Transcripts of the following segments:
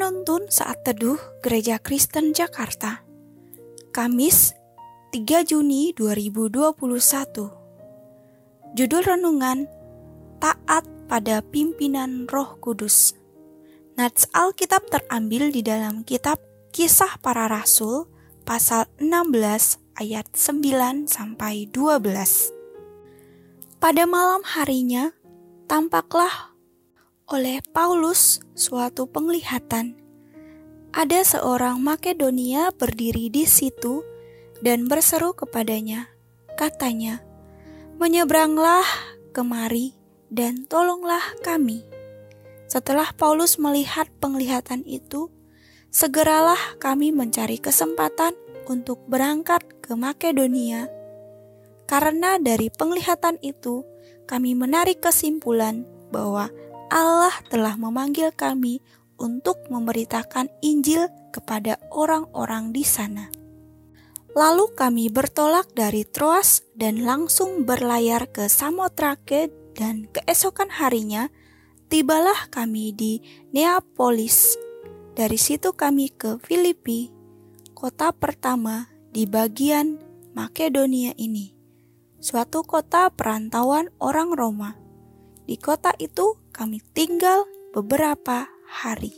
Penuntun Saat Teduh Gereja Kristen Jakarta, Kamis 3 Juni 2021. Judul renungan, Taat pada Pimpinan Roh Kudus. Nats Alkitab terambil di dalam kitab Kisah Para Rasul pasal 16 ayat 9-12. Pada malam harinya, tampaklah oleh Paulus suatu penglihatan. Ada seorang Makedonia berdiri di situ dan berseru kepadanya. Katanya, "Menyeberanglah kemari dan tolonglah kami." Setelah Paulus melihat penglihatan itu, segeralah kami mencari kesempatan untuk berangkat ke Makedonia. Karena dari penglihatan itu, kami menarik kesimpulan bahwa Allah telah memanggil kami untuk memberitakan Injil kepada orang-orang di sana. Lalu kami bertolak dari Troas dan langsung berlayar ke Samotrake, dan keesokan harinya tibalah kami di Neapolis. Dari situ kami ke Filipi, kota pertama di bagian Makedonia ini, suatu kota perantauan orang Roma. Di kota itu kami tinggal beberapa hari.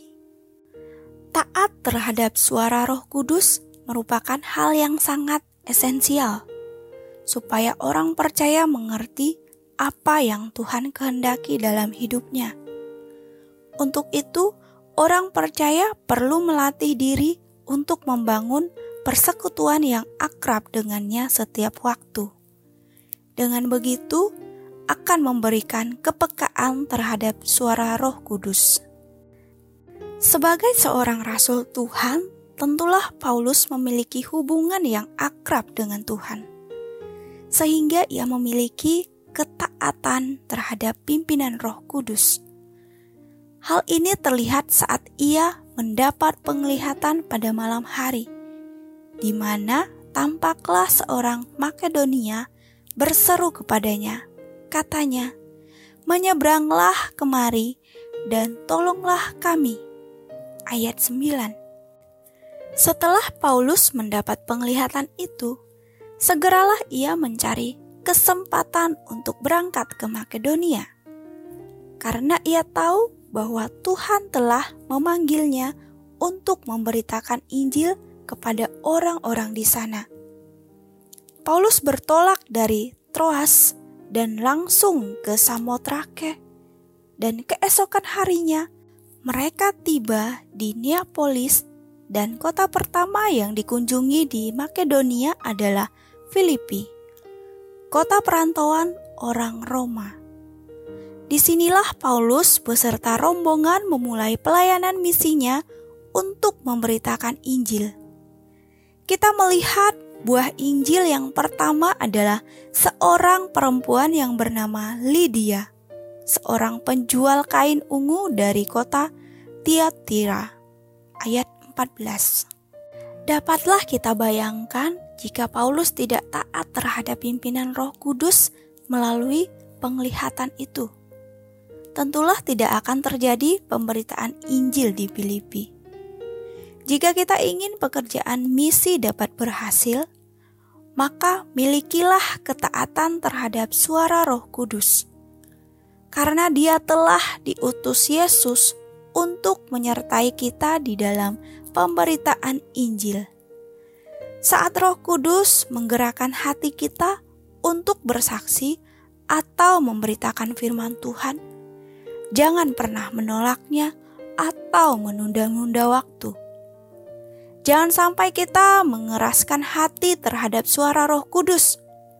Taat terhadap suara Roh Kudus merupakan hal yang sangat esensial, supaya orang percaya mengerti apa yang Tuhan kehendaki dalam hidupnya. Untuk itu, orang percaya perlu melatih diri untuk membangun persekutuan yang akrab dengannya setiap waktu. Dengan begitu, akan memberikan kepekaan terhadap suara Roh Kudus. Sebagai seorang rasul Tuhan, tentulah Paulus memiliki hubungan yang akrab dengan Tuhan, sehingga ia memiliki ketaatan terhadap pimpinan Roh Kudus. Hal ini terlihat saat ia mendapat penglihatan pada malam hari, di mana tampaklah seorang Makedonia berseru kepadanya. Katanya, "Menyeberanglah kemari dan tolonglah kami." Ayat 9. Setelah Paulus mendapat penglihatan itu, segeralah ia mencari kesempatan untuk berangkat ke Makedonia. Karena ia tahu bahwa Tuhan telah memanggilnya untuk memberitakan Injil kepada orang-orang di sana. Paulus bertolak dari Troas dan langsung ke Samotrake, dan keesokan harinya mereka tiba di Neapolis, dan kota pertama yang dikunjungi di Makedonia adalah Filipi, kota perantauan orang Roma. Disinilah Paulus beserta rombongan memulai pelayanan misinya untuk memberitakan Injil. Kita melihat buah Injil yang pertama adalah seorang perempuan yang bernama Lydia, seorang penjual kain ungu dari kota Tiatira. Ayat 14. Dapatlah kita bayangkan jika Paulus tidak taat terhadap pimpinan Roh Kudus melalui penglihatan itu. Tentulah tidak akan terjadi pemberitaan Injil di Filipi. Jika kita ingin pekerjaan misi dapat berhasil, maka milikilah ketaatan terhadap suara Roh Kudus. Karena Dia telah diutus Yesus untuk menyertai kita di dalam pemberitaan Injil. Saat Roh Kudus menggerakkan hati kita untuk bersaksi atau memberitakan firman Tuhan, jangan pernah menolaknya atau menunda-nunda waktu. Jangan sampai kita mengeraskan hati terhadap suara Roh Kudus.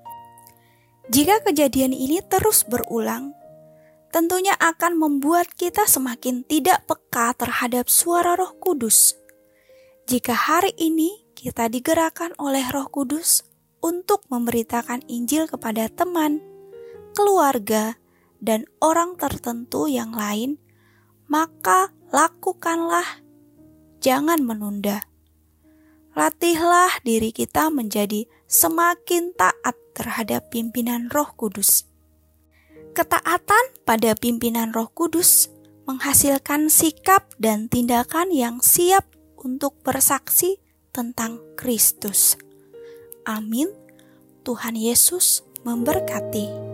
Jika kejadian ini terus berulang, tentunya akan membuat kita semakin tidak peka terhadap suara Roh Kudus. Jika hari ini kita digerakkan oleh Roh Kudus untuk memberitakan Injil kepada teman, keluarga, dan orang tertentu yang lain, maka lakukanlah, jangan menunda. Latihlah diri kita menjadi semakin taat terhadap pimpinan Roh Kudus. Ketaatan pada pimpinan Roh Kudus menghasilkan sikap dan tindakan yang siap untuk bersaksi tentang Kristus. Amin. Tuhan Yesus memberkati.